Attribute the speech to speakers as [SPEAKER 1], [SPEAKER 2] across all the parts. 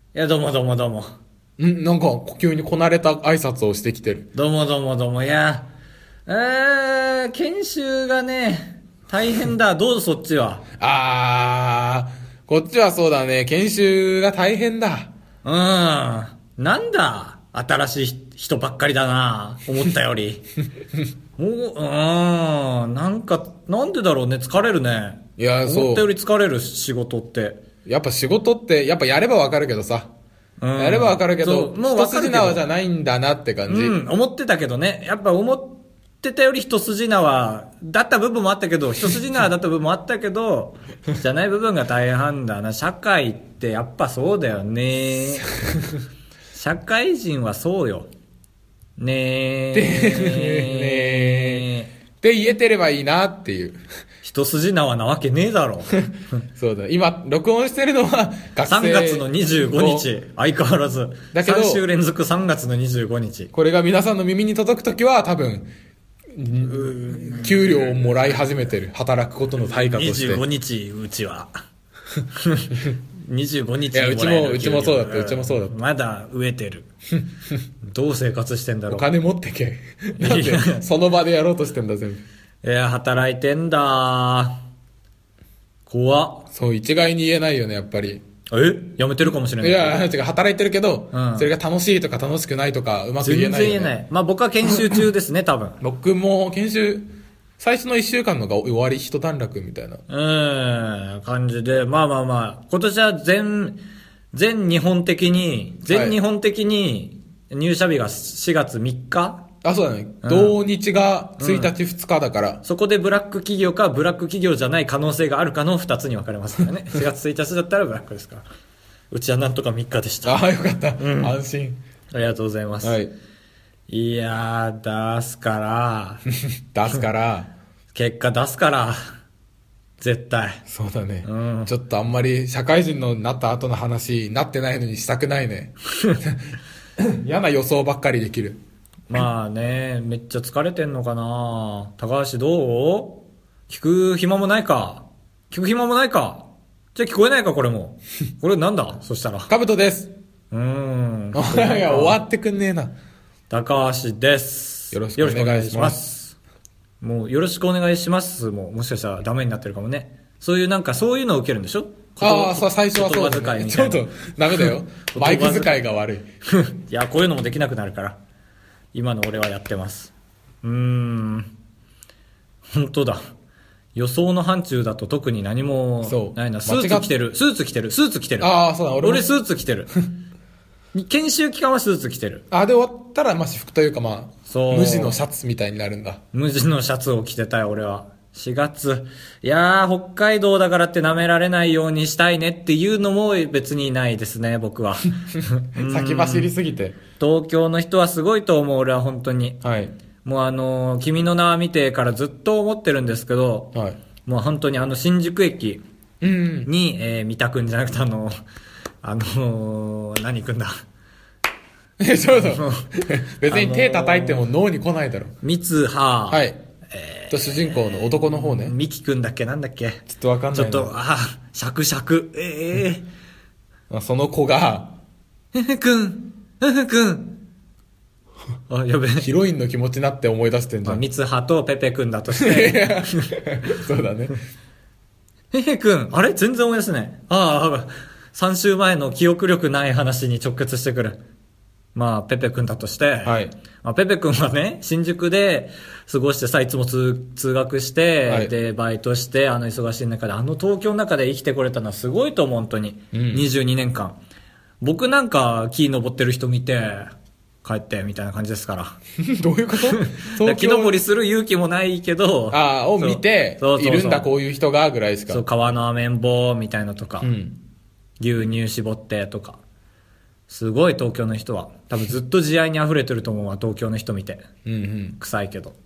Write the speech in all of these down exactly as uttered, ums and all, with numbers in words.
[SPEAKER 1] いや、どうもどうもどうも。
[SPEAKER 2] んなんか、急にこなれた挨拶をしてきてる。
[SPEAKER 1] どうもどうもどうも。いや、えー、研修がね、大変だ。どうぞそっちは。
[SPEAKER 2] あー、こっちはそうだね。研修が大変だ。
[SPEAKER 1] うーん。なんだ新しい人ばっかりだな。思ったより。もう、うーん。なんか、なんでだろうね。疲れるね。
[SPEAKER 2] いや、そう。
[SPEAKER 1] 思ったより疲れる仕事って。
[SPEAKER 2] やっぱ仕事って、やっぱやればわかるけどさ。
[SPEAKER 1] うん
[SPEAKER 2] やればわかるけど、
[SPEAKER 1] そうもうわ
[SPEAKER 2] 一
[SPEAKER 1] かるけど
[SPEAKER 2] 筋縄じゃないんだなって感じ。
[SPEAKER 1] うん、思ってたけどね。やっぱ思ってたより一筋縄だった部分もあったけど、一筋縄だった部分もあったけど、じゃない部分が大半だな。社会ってやっぱそうだよね。社会人はそうよ。ね
[SPEAKER 2] で
[SPEAKER 1] え。
[SPEAKER 2] ねって言えてればいいなっていう。
[SPEAKER 1] 一筋縄なわけねえだろ。
[SPEAKER 2] そうだ。今、録音してるのは学生。
[SPEAKER 1] さんがつのにじゅうごにち、相変わらず。
[SPEAKER 2] だけど
[SPEAKER 1] さん週連続さんがつのにじゅうごにち。
[SPEAKER 2] これが皆さんの耳に届くときは多分、給料をもらい始めてる。働くことの対価として。
[SPEAKER 1] にじゅうごにち、うちは。にじゅうごにち
[SPEAKER 2] いや
[SPEAKER 1] にもらえる
[SPEAKER 2] うちもうちもそうだったうちもそうだった
[SPEAKER 1] まだ飢えてる。どう生活してんだろう。
[SPEAKER 2] お金持ってけ。なんで、その場でやろうとしてんだ、全部。
[SPEAKER 1] いや、働いてんだ。怖っ。
[SPEAKER 2] そう、一概に言えないよね、やっぱり。
[SPEAKER 1] えやめてるかもしれないい。
[SPEAKER 2] や、違う、働いてるけど、
[SPEAKER 1] うん
[SPEAKER 2] それが楽しいとか楽しくないとか、うまく言え
[SPEAKER 1] 全
[SPEAKER 2] ないよ、ね。
[SPEAKER 1] 然言えない。まあ僕は研修中ですね、多分。
[SPEAKER 2] 僕も研修、最初の一週間のが終わり一段落みたいな。
[SPEAKER 1] うーん、感じで。まあまあまあ、今年は全、全日本的に、全日本的に入社日がしがつみっか、
[SPEAKER 2] あ、そうだね。同日がついたちふつかだから。
[SPEAKER 1] そこでブラック企業かブラック企業じゃない可能性があるかのふたつに分かれますからね。しがつついたちだったらブラックですから。うちはなんとかみっかでした。
[SPEAKER 2] ああ、よかった。安心。
[SPEAKER 1] ありがとうございます。
[SPEAKER 2] はい。
[SPEAKER 1] いやー、出すから、
[SPEAKER 2] 出すから、
[SPEAKER 1] 結果出すから、絶対。
[SPEAKER 2] そうだね、
[SPEAKER 1] うん
[SPEAKER 2] ちょっとあんまり社会人のなった後の話、なってないのにしたくないね。嫌な予想ばっかりできる。
[SPEAKER 1] まあね、めっちゃ疲れてんのかな。高橋どう聞く暇もないか聞く暇もないかじゃあ聞こえないかこれも。これなんだそしたら。
[SPEAKER 2] かぶとです。
[SPEAKER 1] うーん。
[SPEAKER 2] いや、終わってくんねえな。
[SPEAKER 1] 高橋です。
[SPEAKER 2] よろしくお願いします
[SPEAKER 1] もうよろしくお願いしますもうもしかしたらダメになってるかもね。そういうなんかそういうのを受けるんでしょ
[SPEAKER 2] ああ、そう、最初はそう
[SPEAKER 1] 言葉
[SPEAKER 2] だ、ね。
[SPEAKER 1] 遣いみたいな。
[SPEAKER 2] ちょっと、ダメだよ。
[SPEAKER 1] 言葉
[SPEAKER 2] マイク使いが悪い。
[SPEAKER 1] いや、こういうのもできなくなるから。今の俺はやってます。うーん。本当だ。予想の範疇だと特に何も
[SPEAKER 2] そう
[SPEAKER 1] ないな。ス
[SPEAKER 2] 間違っ
[SPEAKER 1] ーツ着てる。スーツ着てる。スーツ着てる。
[SPEAKER 2] ああ、そうだ、俺も。
[SPEAKER 1] 俺スーツ着てる。研修期間はスーツ着てる。
[SPEAKER 2] あ、で終わったら、まあ、私服というか、まあ、
[SPEAKER 1] そう
[SPEAKER 2] 無地のシャツみたいになるんだ。
[SPEAKER 1] 無地のシャツを着てたよ、俺は。しがつ。いやー、北海道だからって舐められないようにしたいねっていうのも別にないですね、僕は。
[SPEAKER 2] 先走りすぎて。
[SPEAKER 1] 東京の人はすごいと思う、俺は本当に。
[SPEAKER 2] はい。
[SPEAKER 1] もうあのー、君の名は見てからずっと思ってるんですけど、
[SPEAKER 2] はい。
[SPEAKER 1] もう本当にあの新宿駅
[SPEAKER 2] うん。
[SPEAKER 1] に、えー、三田くんじゃなくてあの、あのー、何くんだ。
[SPEAKER 2] え、そうそう。別に手叩いても脳に来ないだろ。
[SPEAKER 1] 三つ葉。
[SPEAKER 2] はい。えー、と、主人公の男の方ね。
[SPEAKER 1] ミキくんだっけなんだっけ
[SPEAKER 2] ちょっとわかんないな。
[SPEAKER 1] ちょっと、あー、シャクシャク。ええ
[SPEAKER 2] あその子が、
[SPEAKER 1] ー。ふふくん。ふふくん。あ、やべえ。
[SPEAKER 2] ヒロインの気持ちになって思い出してんじ
[SPEAKER 1] まあ、
[SPEAKER 2] ゃん。
[SPEAKER 1] 三つ葉とペペくんだとして。
[SPEAKER 2] そうだね。
[SPEAKER 1] へへくん。あれ全然思い出せない。ああ、さん週前の記憶力ない話に直結してくる。まあ、ペペくんだとして。
[SPEAKER 2] はい。
[SPEAKER 1] まあ、ペペくんはね、新宿で過ごしてさ、いつも通通学して、
[SPEAKER 2] はい
[SPEAKER 1] で、バイトして、あの忙しい中で、あの東京の中で生きてこれたのはすごいと思う、本当に。
[SPEAKER 2] うん
[SPEAKER 1] にじゅうにねんかん。僕なんか、木登ってる人見て、帰って、みたいな感じですから。
[SPEAKER 2] どういうこと
[SPEAKER 1] だから木登りする勇気もないけど、
[SPEAKER 2] ああ、を見て、
[SPEAKER 1] そうそうそうそう
[SPEAKER 2] いるんだ、こういう人が、ぐらいですか。
[SPEAKER 1] そう、川のアメンボみたいなとか、
[SPEAKER 2] うん。
[SPEAKER 1] 牛乳絞ってとか。すごい東京の人は。多分ずっと慈愛に溢れてると思うわ、東京の人見て。
[SPEAKER 2] うんうん。
[SPEAKER 1] 臭いけど。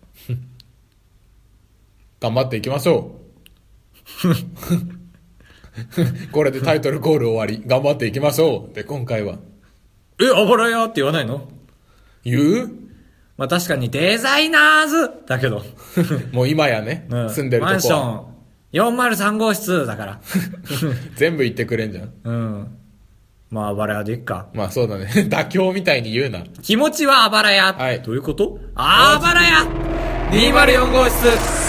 [SPEAKER 2] 頑張っていきましょう。これでタイトルコール終わり。頑張っていきましょう。で、今回は。
[SPEAKER 1] え、あばらやって言わないの
[SPEAKER 2] 言う
[SPEAKER 1] まあ確かにデザイナーズだけど。
[SPEAKER 2] もう今やね、
[SPEAKER 1] うん
[SPEAKER 2] 住んでる
[SPEAKER 1] マンシ
[SPEAKER 2] とこは。
[SPEAKER 1] ョンよんまるさん号室だから。
[SPEAKER 2] 全部言ってくれんじゃん。
[SPEAKER 1] うん。 まあ、あばら屋でいっか。
[SPEAKER 2] まあそうだね。妥協みたいに言うな。
[SPEAKER 1] 気持ちはあばら屋。
[SPEAKER 2] はい
[SPEAKER 1] どういうことあばら屋 にーまるよん 号室。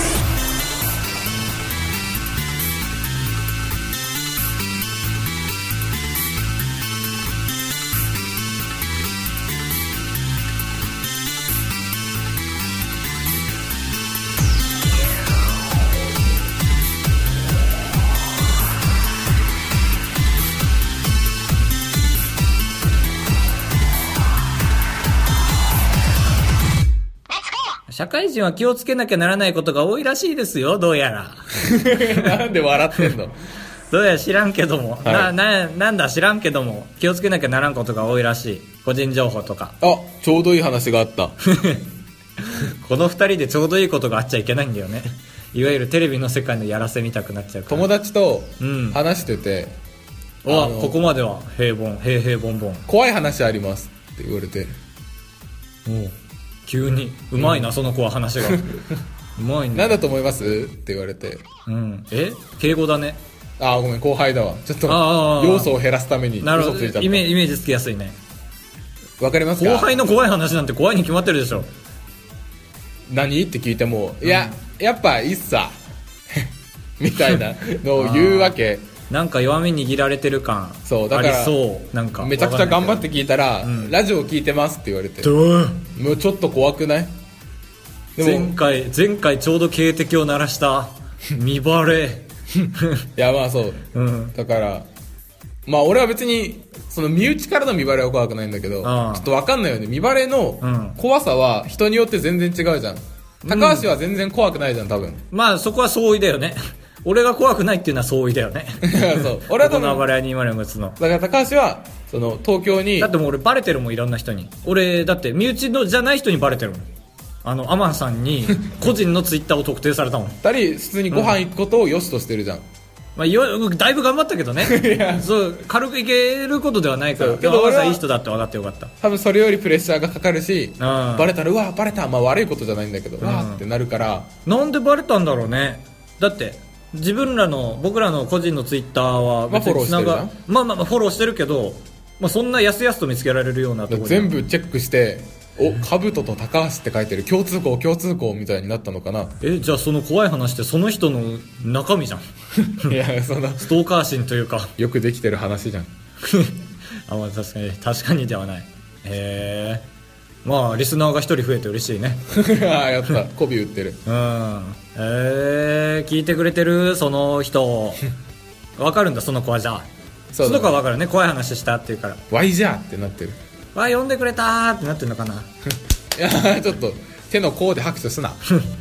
[SPEAKER 1] 社会人は気をつけなきゃならないことが多いらしいですよ、どうやら。
[SPEAKER 2] なんで笑ってんの？
[SPEAKER 1] どうやら知らんけども、
[SPEAKER 2] はい
[SPEAKER 1] な、な、なんだ知らんけども、気をつけなきゃならんことが多いらしい。個人情報とか。
[SPEAKER 2] あ、ちょうどいい話があった。
[SPEAKER 1] この二人でちょうどいいことがあっちゃいけないんだよね。いわゆるテレビの世界のやらせ見たくなっちゃうから。
[SPEAKER 2] 友達と
[SPEAKER 1] うん
[SPEAKER 2] 話してて、
[SPEAKER 1] お
[SPEAKER 2] あの
[SPEAKER 1] ここまでは平凡、平平凡凡。
[SPEAKER 2] 怖い話ありますって言われて、
[SPEAKER 1] おう急に。うまいな、その子は話が。うまいね。
[SPEAKER 2] なんだと思いますって言われて、
[SPEAKER 1] うん。え敬語だね。
[SPEAKER 2] あーごめん後輩だわ。ちょっと
[SPEAKER 1] あー
[SPEAKER 2] 要素を減らすために
[SPEAKER 1] なるほど。
[SPEAKER 2] 嘘ついちゃった。
[SPEAKER 1] イメイメージつきやすいね。
[SPEAKER 2] わかりますか？
[SPEAKER 1] 後輩の怖い話なんて怖いに決まってるでしょ。
[SPEAKER 2] 何って聞いても、いや、やっぱいいっさ。みたいなのを言うわけ。
[SPEAKER 1] なんか弱み握られてる感
[SPEAKER 2] そうだから
[SPEAKER 1] ありそうなんか
[SPEAKER 2] めちゃくちゃ頑張って
[SPEAKER 1] わ
[SPEAKER 2] 聞いたら、
[SPEAKER 1] ん
[SPEAKER 2] ラジオ聞いてますって言われて、
[SPEAKER 1] かんないけど
[SPEAKER 2] もうちょっと怖くない？でも
[SPEAKER 1] 前回前回ちょうど警笛を鳴らした見バレ
[SPEAKER 2] いやまあそう
[SPEAKER 1] うん
[SPEAKER 2] だからまあ俺は別にその身内からの見バレは怖くないんだけど、ち
[SPEAKER 1] ああ
[SPEAKER 2] ょっと分かんないよね。見バレの
[SPEAKER 1] うん
[SPEAKER 2] 怖さは人によって全然違うじゃん。高橋は全然怖くないじゃん多分。
[SPEAKER 1] まあそこは相違だよね俺が怖くないっていうのは相違だよね
[SPEAKER 2] そう俺は多分
[SPEAKER 1] この暴れ屋にーまるよん号室の
[SPEAKER 2] だから高橋はその東京に
[SPEAKER 1] だってもう俺バレてるもんいろんな人に俺だって身内のじゃない人にバレてるもんあのアマンさんに個人のツイッターを特定されたもん
[SPEAKER 2] ふたり普通にご飯行くことを良しとしてるじゃん、
[SPEAKER 1] まあ、よだいぶ頑張ったけどねそう軽くいけることではないから
[SPEAKER 2] そうけど俺は
[SPEAKER 1] けどアマンさんいい人だって分かってよかった
[SPEAKER 2] 多分それよりプレッシャーがかかるし、
[SPEAKER 1] ん
[SPEAKER 2] バレたらうわバレたまあ悪いことじゃないんだけど、うわーってなるから
[SPEAKER 1] なんでバレたんだろうねだって自分らの僕らの個人のツイッターは
[SPEAKER 2] まあフォローしてるじゃん
[SPEAKER 1] まあまあまあフォローしてるけど、まあ、そんなやすやすと見つけられるようなところ
[SPEAKER 2] 全部チェックしておカブトと高橋って書いてる共通項共通項みたいになったのかな
[SPEAKER 1] えじゃあその怖い話ってその人の中身じゃん
[SPEAKER 2] いやそんな
[SPEAKER 1] ストーカー心というか
[SPEAKER 2] よくできてる話じゃん
[SPEAKER 1] あ、まあ、確かに確かにではないへえまあリスナーが一人増えて嬉しいね
[SPEAKER 2] ああやった媚び売ってる
[SPEAKER 1] うんえー、聞いてくれてるその人わかるんだその子はじゃあ
[SPEAKER 2] そうだね
[SPEAKER 1] その子はわかるね怖い話したっていうから
[SPEAKER 2] ワイじゃーってなってる
[SPEAKER 1] わ呼んでくれたーってなってんのかな
[SPEAKER 2] いやちょっと手の甲で拍手すな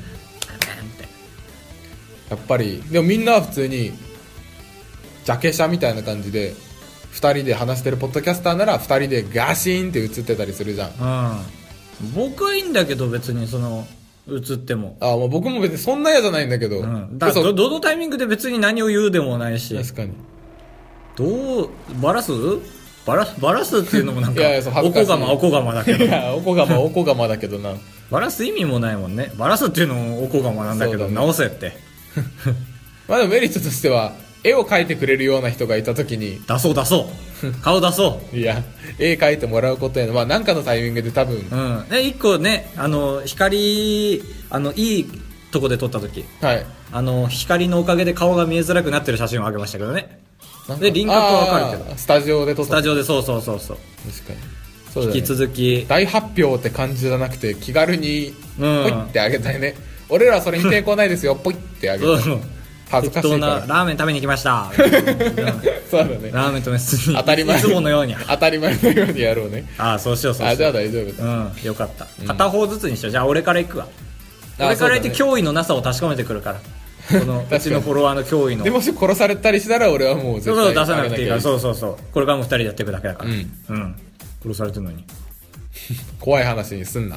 [SPEAKER 2] やっぱりでもみんなは普通にジャケ写みたいな感じでふたりで話してるポッドキャスターならふたりでガシーンって映ってたりするじゃん
[SPEAKER 1] うん僕はいいんだけど別にその映っても
[SPEAKER 2] あもう僕も別にそんな嫌じゃないんだけど、
[SPEAKER 1] うんだから
[SPEAKER 2] そう
[SPEAKER 1] どどのタイミングで別に何を言うでもないし
[SPEAKER 2] 確かに
[SPEAKER 1] どうバラすバラバラすっていうのもなんか
[SPEAKER 2] いやいやそう恥
[SPEAKER 1] お
[SPEAKER 2] ずかしい
[SPEAKER 1] こがまおこがまだけど
[SPEAKER 2] いやおこがまおこがまだけどな
[SPEAKER 1] バラす意味もないもんねバラすっていうのもおこがまなんだけど
[SPEAKER 2] そうだね
[SPEAKER 1] 直せって
[SPEAKER 2] まあでもメリットとしては絵を描いてくれるような人がいた時に
[SPEAKER 1] 出そう出そう顔出そう
[SPEAKER 2] いや絵描いてもらうことへのまあ何かのタイミングで多分
[SPEAKER 1] うんで一個ねあの光あのいいとこで撮った時
[SPEAKER 2] はい
[SPEAKER 1] あの光のおかげで顔が見えづらくなってる写真をあげましたけどねで輪郭はわかるけど
[SPEAKER 2] あースタジオで撮った
[SPEAKER 1] スタジオでそうそうそうそう
[SPEAKER 2] 確かにそうだね
[SPEAKER 1] 引き続き
[SPEAKER 2] 大発表って感じじゃなくて気軽に
[SPEAKER 1] うん
[SPEAKER 2] ポイってあげたいね、俺らはそれに抵抗ないですよポイってあげたい
[SPEAKER 1] うん
[SPEAKER 2] 恥ずかしい
[SPEAKER 1] 適当な
[SPEAKER 2] から
[SPEAKER 1] ラーメン食べに来ました
[SPEAKER 2] そうだね
[SPEAKER 1] ラーメンとメスに
[SPEAKER 2] 当たり前
[SPEAKER 1] いつものように
[SPEAKER 2] 当たり前のようにやろうね
[SPEAKER 1] ああそうしようそうしよう
[SPEAKER 2] あじゃあ大丈夫
[SPEAKER 1] うんよかった片方ずつにしようじゃあ俺から行くわ
[SPEAKER 2] あ
[SPEAKER 1] 俺から行って
[SPEAKER 2] そうだね
[SPEAKER 1] 脅威のなさを確かめてくるからこの
[SPEAKER 2] かに
[SPEAKER 1] うちのフォロワーの脅威の
[SPEAKER 2] でもし殺されたりしたら俺はもう絶対
[SPEAKER 1] そうそう出さなくていいから
[SPEAKER 2] あげ
[SPEAKER 1] そうそうそうこれからも二人でやっていくだけだから
[SPEAKER 2] うん
[SPEAKER 1] うん殺されてるのに
[SPEAKER 2] 怖い話にすんな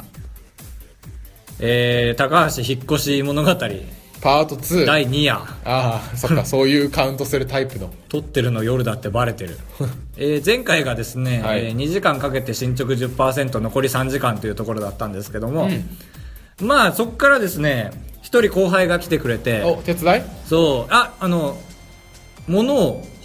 [SPEAKER 1] えー、高橋引っ越し物語
[SPEAKER 2] パートツー
[SPEAKER 1] だいに夜
[SPEAKER 2] ああそっかそういうカウントするタイプの
[SPEAKER 1] 撮ってるの夜だってバレてる、えー前回がですね、
[SPEAKER 2] はい
[SPEAKER 1] えーにじかんかけて進捗 じゅっパーセント 残りさんじかんというところだったんですけども、まあそっからですね一人後輩が来てくれて
[SPEAKER 2] お手伝い
[SPEAKER 1] そうああの物を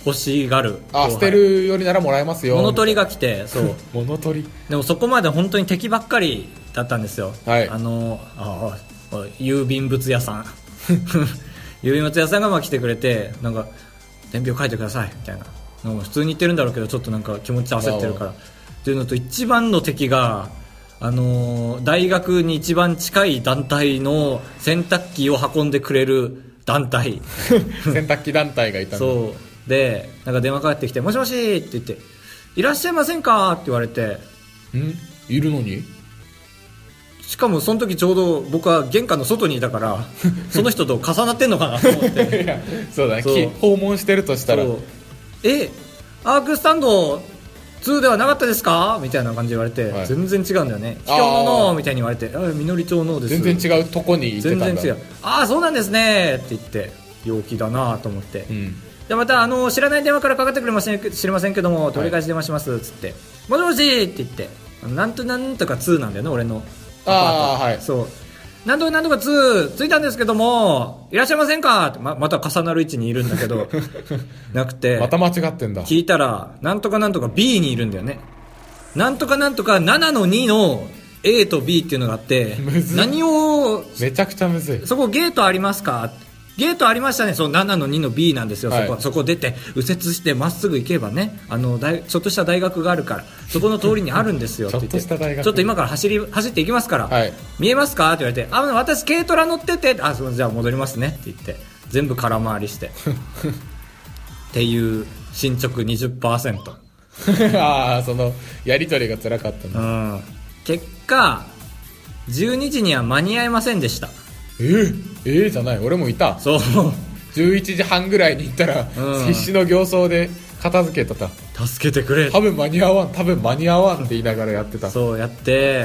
[SPEAKER 1] 欲しがる
[SPEAKER 2] あ捨てるよりならもらえますよ。
[SPEAKER 1] 物取りが来て、そう
[SPEAKER 2] 物取り
[SPEAKER 1] でもそこまで本当に敵ばっかりだったんですよ、
[SPEAKER 2] はい、
[SPEAKER 1] あのああ郵便物屋さん郵便物屋さんがまあ来てくれて、なんか伝票書いてくださいみたいなのも普通に言ってるんだろうけど、ちょっとなんか気持ち焦ってるからっていうのと、一番の敵があのー、大学に一番近い団体の洗濯機を運んでくれる団体
[SPEAKER 2] 洗濯機団体がいたんだ。
[SPEAKER 1] そうで、なんか電話かかってきて、もしもしって言って、いらっしゃいませんかって言われて、
[SPEAKER 2] んいるのに、
[SPEAKER 1] しかもその時ちょうど僕は玄関の外にいたからその人と重なってんのかなと思って
[SPEAKER 2] いやそうだね、
[SPEAKER 1] そう
[SPEAKER 2] 訪問してるとしたら、
[SPEAKER 1] えアークスタンドにではなかったですかみたいな感じで言われて、はい、全然違うんだよね。秘境の脳みたいに言われて、みのり町のです。
[SPEAKER 2] 全然違うとこに行ってたんだ。
[SPEAKER 1] 全然違う。ああそうなんですねって言って、陽気だなと思って、うん、でまたあの知らない電話からかかってくれません知りませんけども、取り返し電話しますっつって、はい、もしもしって言って、なんとなんとかになんだよね、俺のアパート。
[SPEAKER 2] ああはい。
[SPEAKER 1] そうなんとかなんとかに着いたんですけども、いらっしゃいませんかって ま, また重なる位置にいるんだけどなくて、
[SPEAKER 2] また間違ってんだ。
[SPEAKER 1] 聞いたらなんとかなんとか ビー にいるんだよね。なんとかなんとかななのにの A と B っていうのがあって、何を
[SPEAKER 2] めちゃくちゃむずい。
[SPEAKER 1] そこゲートありますか、ゲートありましたね、そのななのにの B なんですよ、はい、そこそこ出て右折してまっすぐ行けばね、あの大ちょっとした大学があるからそこの通りにあるんですよって言って
[SPEAKER 2] ちょっとした大学、
[SPEAKER 1] ちょっと今から走り走っていきますから、はい、見えますかって言われて、あ私軽トラ乗ってて、あそうじゃあ戻りますねって言って全部空回りしてっていう進捗 にじゅっパーセント
[SPEAKER 2] ああそのやり取りが辛かったな、
[SPEAKER 1] うん、結果じゅうにじには間に合いませんでした。
[SPEAKER 2] えー、えー、じゃない、俺もいた。
[SPEAKER 1] そう
[SPEAKER 2] じゅういちじはんぐらいに行ったら、うん、必死の形相で片付けてた。
[SPEAKER 1] 助けてくれ、
[SPEAKER 2] 多分間に合わん多分間に合わんって言いながらやってた。
[SPEAKER 1] そうやって、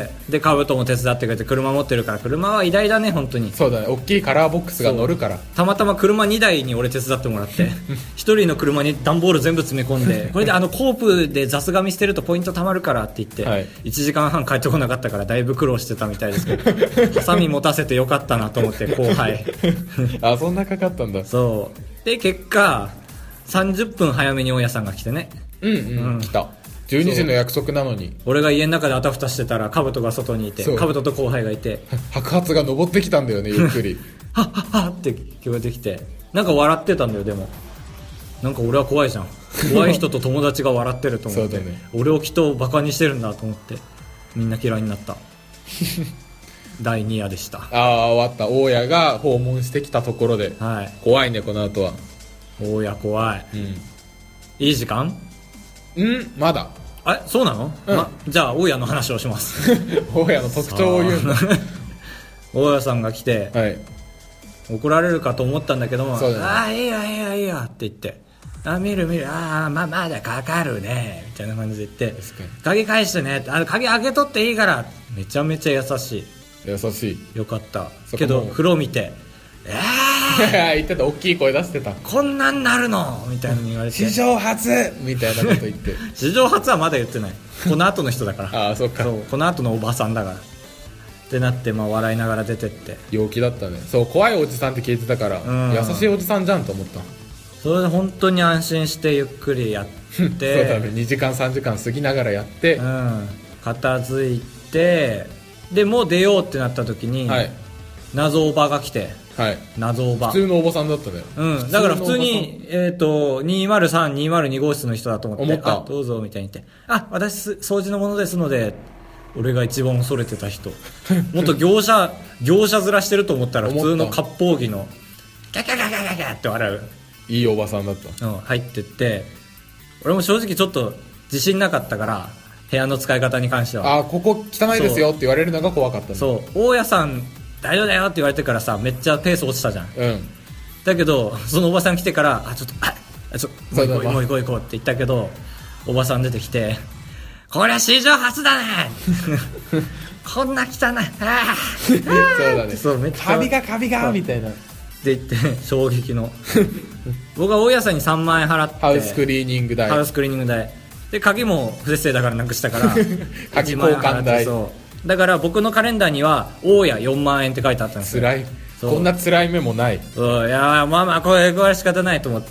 [SPEAKER 1] でカブトも手伝ってくれて、車持ってるから、車は偉大だね本当に。
[SPEAKER 2] そうだね、大きいカラーボックスが乗るから。
[SPEAKER 1] たまたま車にだいに俺手伝ってもらってひとりの車に段ボール全部詰め込んでこれであのコープで雑紙捨てるとポイント貯まるからって言って、はい、いちじかんはん帰ってこなかったからだいぶ苦労してたみたいですけどハサミ持たせてよかったなと思って、後輩
[SPEAKER 2] あそんなかかったんだ。
[SPEAKER 1] そうで結果さんじゅっぷん早めに大家さんが来てね、
[SPEAKER 2] うんうん、うん、来た。じゅうにじの約束なのに
[SPEAKER 1] 俺が家の中であたふたしてたらカブトが外にいて、カブトと後輩がいて
[SPEAKER 2] 白髪が登ってきたんだよね、ゆっくり
[SPEAKER 1] はっはっはって聞こえてきて、なんか笑ってたんだよ。でもなんか俺は怖いじゃん、怖い人と友達が笑ってると思って、ね、俺をきっとバカにしてるんだと思ってみんな嫌いになっただいに夜でした。
[SPEAKER 2] ああ終わった。大家が訪問してきたところで、はい、怖いねこの後は。
[SPEAKER 1] 大家怖い、うん、いい時間
[SPEAKER 2] んまだ
[SPEAKER 1] あそうなの、うんま、じゃあ大家の話をします
[SPEAKER 2] 大家の特徴を言うんだ
[SPEAKER 1] 大家さんが来て、はい、怒られるかと思ったんだけども、
[SPEAKER 2] ね、
[SPEAKER 1] ああいいよいいよいいよって言って、あ見る見る、ああまあまだかかるねみたいな感じで言って、鍵返してね、あの鍵開けとっていいから、めちゃめちゃ優しい。
[SPEAKER 2] 優しい。
[SPEAKER 1] よかった。けど風呂見て、え
[SPEAKER 2] ー言ってた、大きい声出してた。
[SPEAKER 1] こんなんなるのみたいに言われて、
[SPEAKER 2] 史上初みたいなこと言って
[SPEAKER 1] 史上初はまだ言ってない、この後の人だから
[SPEAKER 2] ああそっか、
[SPEAKER 1] そうこの後のおばさんだからってなって、まあ、笑いながら出てって、
[SPEAKER 2] 陽気だったね。そう怖いおじさんって聞いてたから、うん、優しいおじさんじゃんと思った。
[SPEAKER 1] それで本当に安心してゆっくりやってそう
[SPEAKER 2] だね、にじかんさんじかん過ぎながらやって、うん、
[SPEAKER 1] 片付いて、でもう出ようってなった時に、はい、謎おばが来て、はい、謎おば
[SPEAKER 2] 普通のおばさんだったね。
[SPEAKER 1] うん、だから普通に、えー、とにまるさん、にまるに号室の人だと思って、
[SPEAKER 2] 思った。
[SPEAKER 1] あどうぞみたいに言って、あ私掃除のものですので、俺が一番恐れてた人もっと業者業者面してると思ったら、普通の割烹着のギャギャギャギャギャギャって笑う
[SPEAKER 2] いいおばさんだった、
[SPEAKER 1] うん、入ってって、俺も正直ちょっと自信なかったから、部屋の使い方に関しては、
[SPEAKER 2] あここ汚いですよって言われるのが怖かった。
[SPEAKER 1] そう大家さん大丈夫だよって言われてからさ、めっちゃペース落ちたじゃん、うん、だけどそのおばさん来てから、あちょっとあちょもう行こうもう行こう行こうって言ったけど、おばさん出てきて、これは史上初だねこんな汚いあ
[SPEAKER 2] そうだね、そうめっちゃカビがカビがみたいな
[SPEAKER 1] って言って衝撃の僕は大家さんにさんまんえん払って、
[SPEAKER 2] ハウスクリーニング代
[SPEAKER 1] ハウスクリーニング代で、鍵も不摂生だからなくしたから
[SPEAKER 2] 鍵交換代、
[SPEAKER 1] そうだから僕のカレンダーには大家よんまんえんって書いてあったんですよ。
[SPEAKER 2] 辛い、こんな辛い目もない。
[SPEAKER 1] うん、いやまあまあこれこれは仕方ないと思って、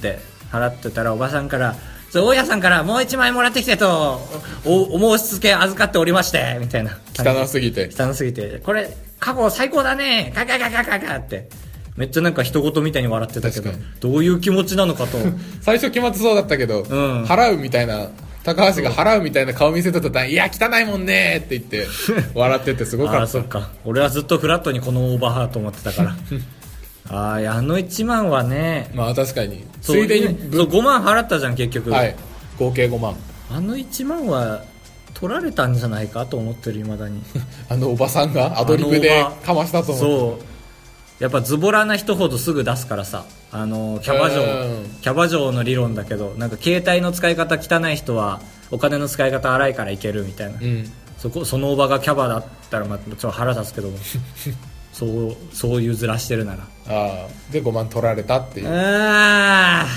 [SPEAKER 1] 払ってたらおばさんから「大家さんからもういちまん円もらってきてと お, お申し付け預かっておりまして」みたいな。
[SPEAKER 2] 汚すぎて
[SPEAKER 1] 汚すぎてこれ過去最高だねガガガガガガってめっちゃなんか人事みたいに笑ってたけど、どういう気持ちなのかと
[SPEAKER 2] 最初気まずそうだったけど、うん、払うみたいな、高橋が払うみたいな顔見せてたら、いや汚いもんねって言って笑っててすごかった。
[SPEAKER 1] あ、そっか。俺はずっとフラットにこのオーバーハート思ってたからああ、あのいちまんはね、
[SPEAKER 2] まあ確かについでに
[SPEAKER 1] そうごまん払ったじゃん結局。
[SPEAKER 2] はい、合計ごまん。
[SPEAKER 1] あのいちまんは取られたんじゃないかと思ってる、未だに
[SPEAKER 2] あのおばさんがアドリブでかましたと思って。
[SPEAKER 1] そうやっぱズボラな人ほどすぐ出すからさ、あのキャバ嬢キャバ嬢の理論だけど、なんか携帯の使い方汚い人はお金の使い方荒いからいけるみたいな、うん、そこそのおばがキャバだったらまあちょっと腹立つけどもそうそういうずらしてるなら、
[SPEAKER 2] ああでごまん取られたっていう。
[SPEAKER 1] あ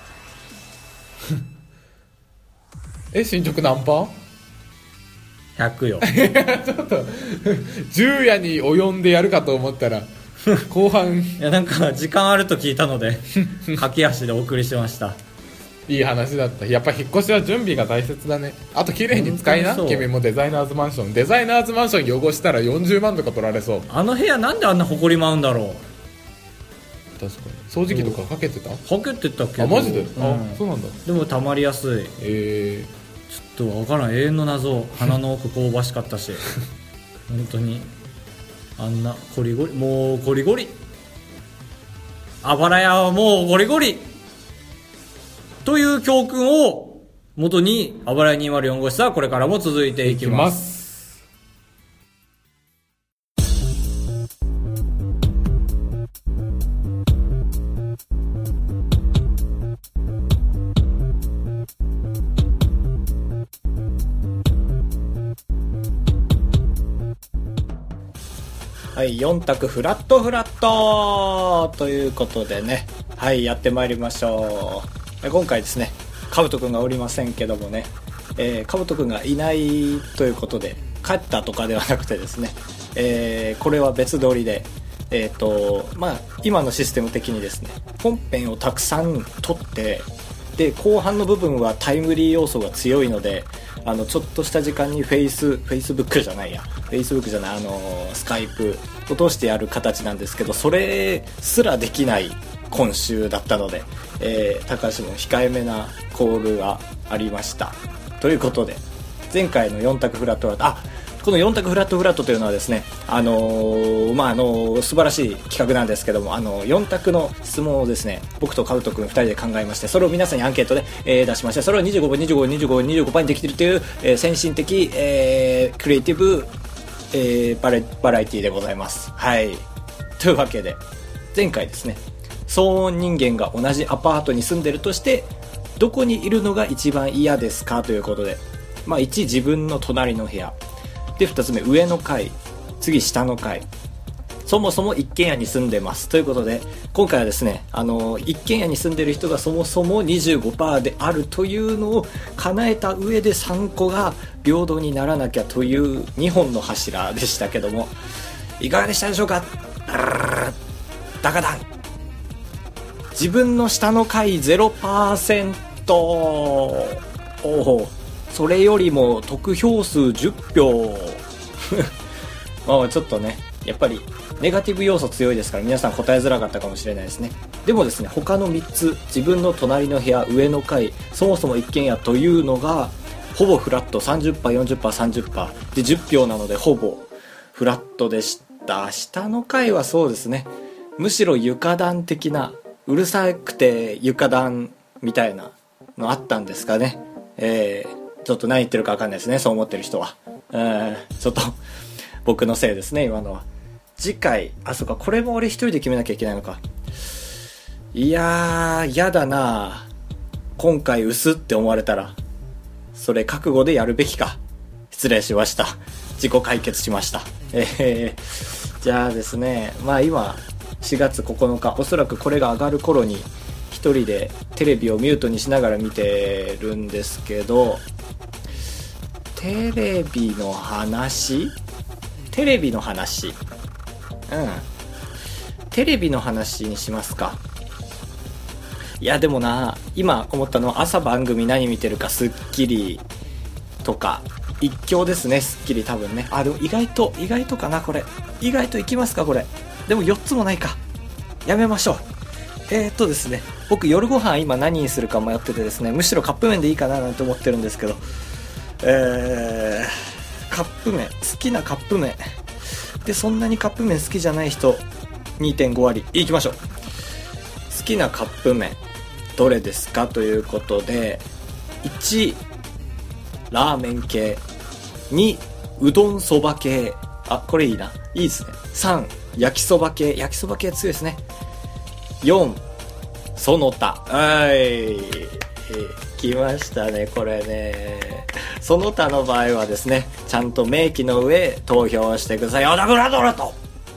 [SPEAKER 2] え進捗何パー
[SPEAKER 1] ひゃくよ
[SPEAKER 2] ちょっとじゅう夜に及んでやるかと思ったら後半
[SPEAKER 1] いやなんか時間あると聞いたので駆け足でお送りしました。
[SPEAKER 2] いい話だった。やっぱ引っ越しは準備が大切だね。あと綺麗に使いな。君もデザイナーズマンションデザイナーズマンション汚したらよんじゅうまんとか取られそう。
[SPEAKER 1] あの部屋なんであんな埃舞うんだろう。
[SPEAKER 2] 確かに掃除機とかかけてた、
[SPEAKER 1] かけてたけど。
[SPEAKER 2] あマジで、うん、あそうなんだ。
[SPEAKER 1] でも溜まりやすい。
[SPEAKER 2] えー、
[SPEAKER 1] ちょっと分からん、永遠の謎。鼻の奥香ばしかったし本当にあんなゴリゴリ、もうゴリゴリ、あばら屋はもうゴリゴリという教訓を元に、あばらやにーまるよん号室はこれからも続いていきます。はい、よん択フラットフラットということでね、はい、やってまいりましょう。今回ですね、カブトくんがおりませんけどもね、えー、カブトくんがいないということで帰ったとかではなくてですね、えー、これは別撮りで、えーとまあ、今のシステム的にですね、本編をたくさん撮ってで後半の部分はタイムリー要素が強いので、あのちょっとした時間にフェイスフェイスブックじゃないやフェイスブックじゃないあのスカイプを通してやる形なんですけど、それすらできない今週だったので、えー、高橋の控えめなコールがありましたということで、前回のよん択フラットフラット、あこのよん択フラットフラットというのはですね、あのー、まああのー、素晴らしい企画なんですけども、あのー、よん択の質問をですね、僕とカブト君ふたりで考えまして、それを皆さんにアンケートで、えー、出しまして、それをにじゅうごばいにじゅうごばいにじゅうごばいにじゅうごばいにできているという、えー、先進的、えー、クリエイティブ、えー、バラ、バラエティでございます。はい。というわけで前回ですね、騒音人間が同じアパートに住んでるとしてどこにいるのが一番嫌ですかということで、まあ、いち自分の隣の部屋で、ふたつめ上の階、次下の階、そもそも一軒家に住んでますということで、今回はですね、あの一軒家に住んでる人がそもそも にじゅうごパーセント であるというのを叶えた上でさんこが平等にならなきゃというにほんの柱でしたけども、いかがでしたでしょうか。ダカダン、自分の下の階 ゼロパーセント、 おお、それよりも得票数じゅっぴょうまあちょっとね、やっぱりネガティブ要素強いですから皆さん答えづらかったかもしれないですね。でもですね、他のみっつ、自分の隣の部屋、上の階、そもそも一軒家というのがほぼフラット、 さんじゅっパーセント、よんじゅっパーセント、さんじゅっパーセント でじゅっぴょうなのでほぼフラットでした。下の階はそうですね、むしろ床暖的な、うるさくて床暖みたいなのあったんですかね。えーちょっと何言ってるか分かんないですね、そう思ってる人は。えー、ちょっと僕のせいですね今のは。次回、あ、そうか、これも俺一人で決めなきゃいけないのか。いやー、やだな、今回薄って思われたらそれ覚悟でやるべきか。失礼しました、自己解決しました。えー、じゃあですね、まあ今しがつここのか、おそらくこれが上がる頃に一人でテレビをミュートにしながら見てるんですけど、テレビの話テレビの話うんテレビの話にしますか。 いやでもな、今思ったのは朝番組何見てるか、スッキリとか一強ですね、スッキリ多分ね。あ、でも意外と意外とかな、これ意外といきますかこれ。でもよっつもないか、やめましょう。えーっとですね、僕夜ご飯今何にするか迷っててですね、むしろカップ麺でいいかななんて思ってるんですけど、えー、カップ麺、好きなカップ麺で、そんなにカップ麺好きじゃない人 にてんご 割いきましょう。好きなカップ麺どれですかということで、いちラーメン系、にうどんそば系、あ、これいいな、いいですね。さん焼きそば系、焼きそば系強いですね。よんその他、はい、来ましたねこれね。その他の場合はですね、ちゃんと明記の上投票してください。オタクラドラと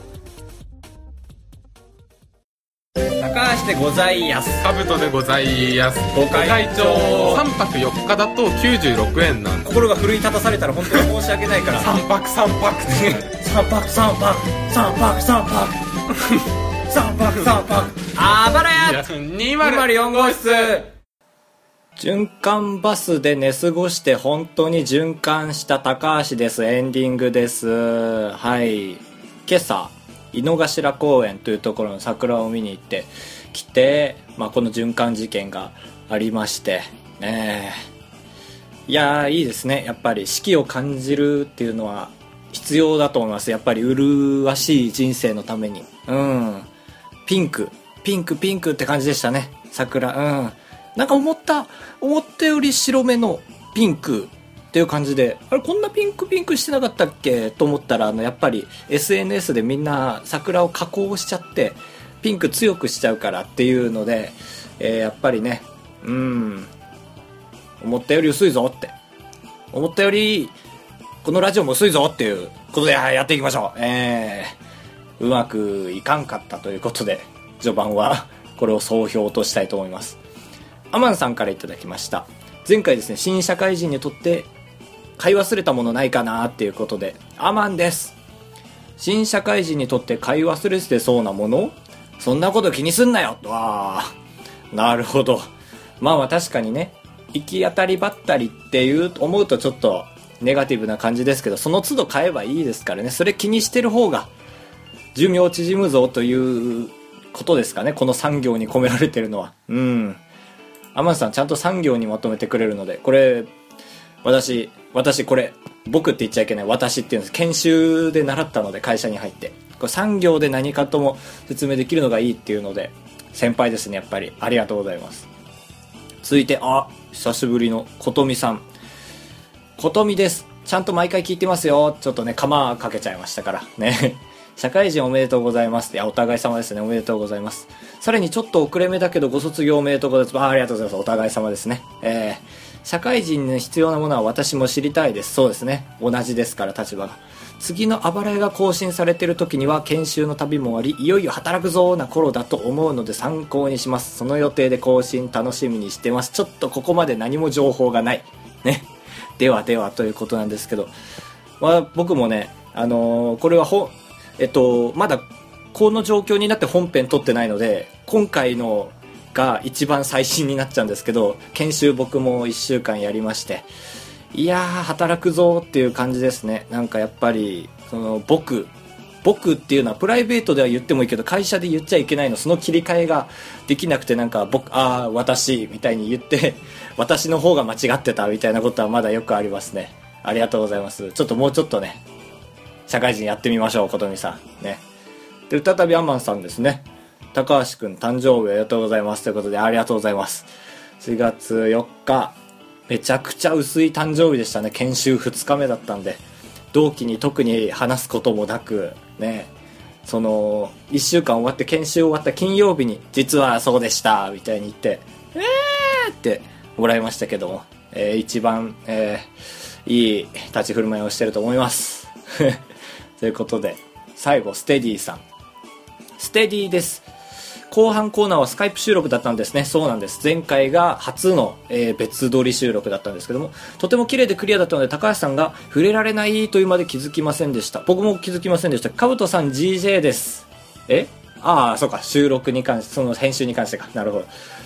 [SPEAKER 1] 高橋でございやす、
[SPEAKER 2] カブトでございます。
[SPEAKER 1] ご会長
[SPEAKER 2] さんぱくよっかだときゅうじゅうろくえんなんで、
[SPEAKER 1] 心が奮い立たされたら本当に申し訳ないから
[SPEAKER 2] さんぱくさんぱく
[SPEAKER 1] さんぱくさんぱくさんぱくさんぱくさんぱくさんぱくあばらや
[SPEAKER 2] にまるよん号室。
[SPEAKER 1] 循環バスで寝過ごして本当に循環した高橋です。エンディングです。はい、今朝井の頭公園というところの桜を見に行ってきて、まあ、この循環事件がありましてね。いやーいいですね。やっぱり四季を感じるっていうのは必要だと思います。やっぱり麗しい人生のために。うんピンクピンクピンクって感じでしたね、桜。うんなんか思った思ったより白目のピンクっていう感じで、あれこんなピンクピンクしてなかったっけと思ったら、あのやっぱり エスエヌエス でみんな桜を加工しちゃってピンク強くしちゃうからっていうので、えー、やっぱりね、うん思ったより薄いぞって、思ったよりこのラジオも薄いぞっていうことでやっていきましょう。えー、うまくいかんかったということで序盤はこれを総評としたいと思います。アマンさんからいただきました。前回ですね、新社会人にとって買い忘れたものないかなっていうことで、アマンです。新社会人にとって買い忘れてそうなもの、そんなこと気にすんなよ。わあ、なるほど。まあまあ確かにね、行き当たりばったりっていう思うとちょっとネガティブな感じですけど、その都度買えばいいですからね。それ気にしてる方が寿命縮むぞということですかね、この産業に込められてるのは。うんアマンさんちゃんと産業にまとめてくれるので、これ私私これ僕って言っちゃいけない、私っていうんです。研修で習ったので、会社に入ってこれ産業で何かとも説明できるのがいいっていうので、先輩ですねやっぱり。ありがとうございます。続いて、あ久しぶりのことみさん。ことみです。ちゃんと毎回聞いてますよ。ちょっとね釜かけちゃいましたからね社会人おめでとうございます。いやお互い様ですね、おめでとうございます。さらにちょっと遅れ目だけどご卒業おめでとうございます。 あ, ありがとうございます。お互い様ですね。えー、社会人に必要なものは私も知りたいです。そうですね、同じですから立場が。次のあばらやが更新されている時には研修の旅も終わり、いよいよ働くぞーな頃だと思うので参考にします。その予定で更新楽しみにしてます。ちょっとここまで何も情報がないね。ではではということなんですけど、まあ、僕もね、あのー、これはほえっと、まだこの状況になって本編撮ってないので、今回のが一番最新になっちゃうんですけど、研修僕もいっしゅうかんやりまして、いやー働くぞっていう感じですね。なんかやっぱりその僕僕っていうのはプライベートでは言ってもいいけど、会社で言っちゃいけないの、その切り替えができなくて、なんか僕ああ私みたいに言って私の方が間違ってたみたいなことはまだよくありますね。ありがとうございます。ちょっともうちょっとね社会人やってみましょう、ことみさんね。で再びアンマンさんですね。高橋くん誕生日おめでとうございますということで、ありがとうございます。しがつよっかめちゃくちゃ薄い誕生日でしたね。研修ふつかめだったんで、同期に特に話すこともなくね、そのいっしゅうかん終わって研修終わった金曜日に実はそうでしたみたいに言ってえーってもらいましたけども、えー、一番、えー、いい立ち振る舞いをしてると思いますということで、最後ステディさん。ステディです。後半コーナーはスカイプ収録だったんですね。そうなんです。前回が初の、えー、別撮り収録だったんですけども、とても綺麗でクリアだったので高橋さんが触れられないというまで気づきませんでした。僕も気づきませんでした。かぶとさん ジージェー です。えああそうか、収録に関して、その編集に関してか。なるほど。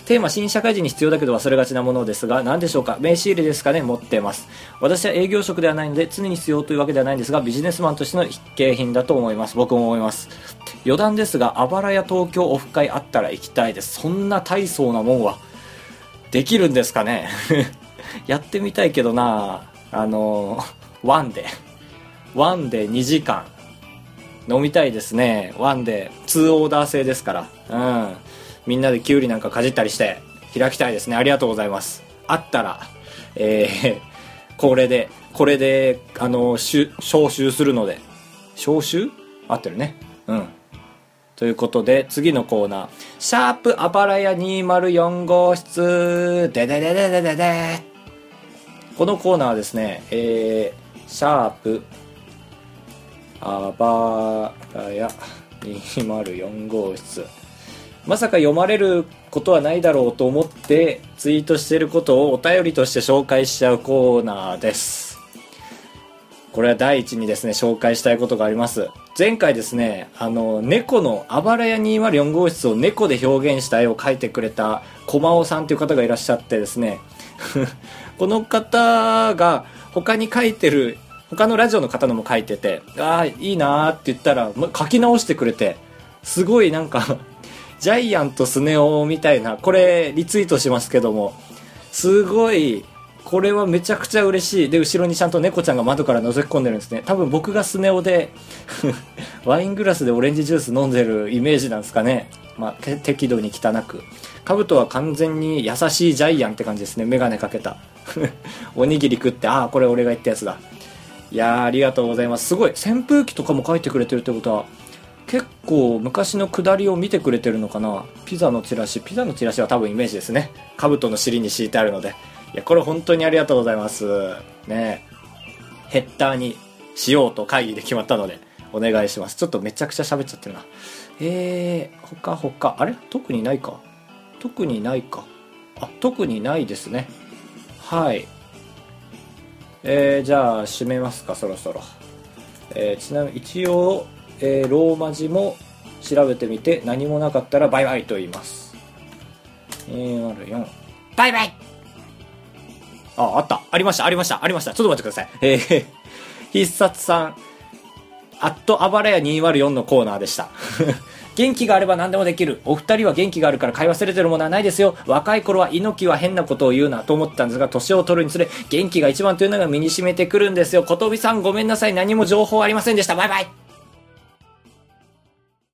[SPEAKER 1] テーマ新社会人に必要だけど忘れがちなものですが、何でしょうか。名刺入れですかね。持ってます。私は営業職ではないので常に必要というわけではないんですが、ビジネスマンとしての必携品だと思います。僕も思います。余談ですが、あばらや東京オフ会あったら行きたいです。そんな大層なもんはできるんですかね。やってみたいけどな。あのワンでワンでにじかん飲みたいですね。ワンでツーオーダー制ですから、うん、みんなでキュウリなんかかじったりして開きたいですね。ありがとうございます。あったら、えー、これでこれであの招集するので、招集合ってるね。うん。ということで次のコーナー、シャープあばらやにまるよん号室ででででででで。このコーナーはですね、えー、シャープあばらやにまるよん号室、まさか読まれることはないだろうと思ってツイートしていることをお便りとして紹介しちゃうコーナーです。これは第一にですね、紹介したいことがあります。前回ですね、あの猫のあばらやにまるよん号室を猫で表現した絵を描いてくれた駒尾さんという方がいらっしゃってですねこの方が他に書いてる他のラジオの方のも書いてて、ああいいなーって言ったら書き直してくれて、すごいなんかジャイアントスネ夫みたいな、これリツイートしますけども、すごいこれはめちゃくちゃ嬉しい。で後ろにちゃんと猫ちゃんが窓から覗き込んでるんですね。多分僕がスネ夫でワイングラスでオレンジジュース飲んでるイメージなんですかね。まあ、適度に汚く、カブトは完全に優しいジャイアンって感じですね。メガネかけたおにぎり食って、ああこれ俺が言ったやつだ。いやーありがとうございます。すごい扇風機とかも書いてくれてるってことは結構昔の下りを見てくれてるのかな。ピザのチラシピザのチラシは多分イメージですね。カブトの尻に敷いてあるので、いやこれ本当にありがとうございますね。ヘッダーにしようと会議で決まったのでお願いします。ちょっとめちゃくちゃ喋っちゃってるな。えー、ほかほかあれ特にないか特にないかあ特にないですね。はい、えー、じゃあ閉めますかそろそろ。えー、ちなみに一応、えー、ローマ字も調べてみて何もなかったらバイバイと言います。にまるよんバイバイ。ああったありましたありましたありました。ちょっと待ってください。えー、必殺さんアットあばらやにまるよんのコーナーでした元気があれば何でもできる。お二人は元気があるから買い忘れてるものはないですよ。若い頃は猪木は変なことを言うなと思ってたんですが、年を取るにつれ元気が一番というのが身に染めてくるんですよ。小飛さんごめんなさい、何も情報ありませんでした。バイバイ。